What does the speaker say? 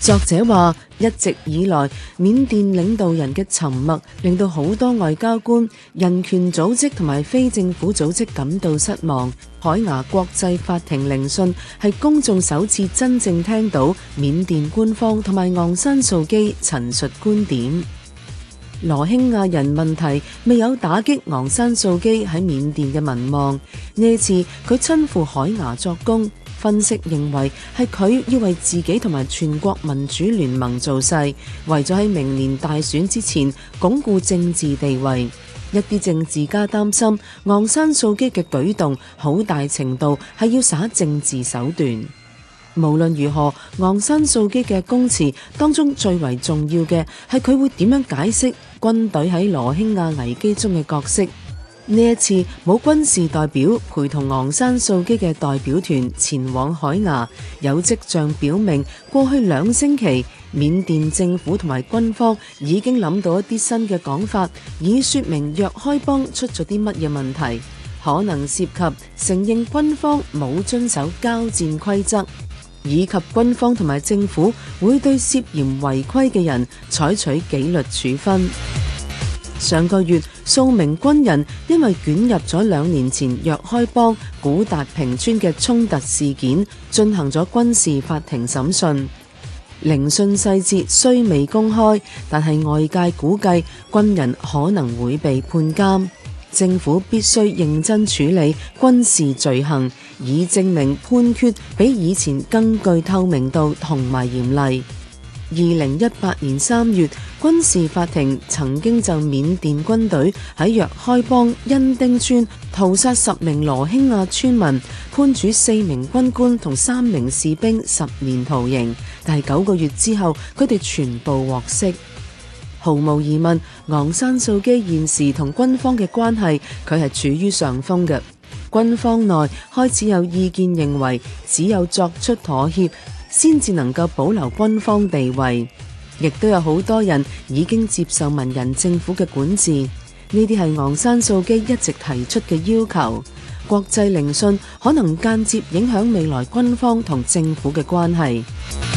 作者話，一直以來，緬甸領導人嘅沉默令到好多外交官、人權組織同埋非政府組織感到失望。海牙國際法庭聆訊係公眾首次真正聽到緬甸官方同埋昂山素基陳述觀點。羅興亞人問題未有打擊昂山素基喺緬甸嘅民望，呢次佢親赴海牙作供。分析認為係佢要為自己同埋全國民主聯盟造勢，為咗喺明年大選之前鞏固政治地位。一啲政治家擔心昂山素基嘅舉動好大程度係要耍政治手段。無論如何，昂山素基嘅供詞當中最為重要嘅係佢會點樣解釋軍隊喺羅興亞危機中嘅角色。呢一次冇軍事代表陪同昂山素基嘅代表團前往海牙，有跡象表明過去2星期，緬甸政府同埋軍方已經諗到一啲新嘅講法，以說明若開邦出咗啲乜嘢問題，可能涉及承認軍方冇遵守交戰規則，以及軍方同埋政府會對涉嫌違規嘅人採取紀律處分。上個月，數名軍人因為捲入咗2年前若開邦古達平村嘅衝突事件，進行咗軍事法庭審訊。聆訊細節雖未公開，但係外界估計軍人可能會被判監。政府必須認真處理軍事罪行，以證明判決比以前更具透明度同埋嚴厲。2018年3月，軍事法庭曾經就緬甸軍隊喺若開邦恩丁村屠殺10名羅興亞村民，判處4名軍官同3名士兵10年徒刑，但係9個月之後，佢哋全部獲釋。毫無疑問，昂山素基現時同軍方嘅關係，佢係處於上風嘅。軍方內開始有意見認為，只有作出妥協，先至能夠保留軍方地位，亦都有好多人已經接受文人政府嘅管治。呢啲係昂山素基一直提出嘅要求。國際聆訊可能間接影響未來軍方同政府嘅關係。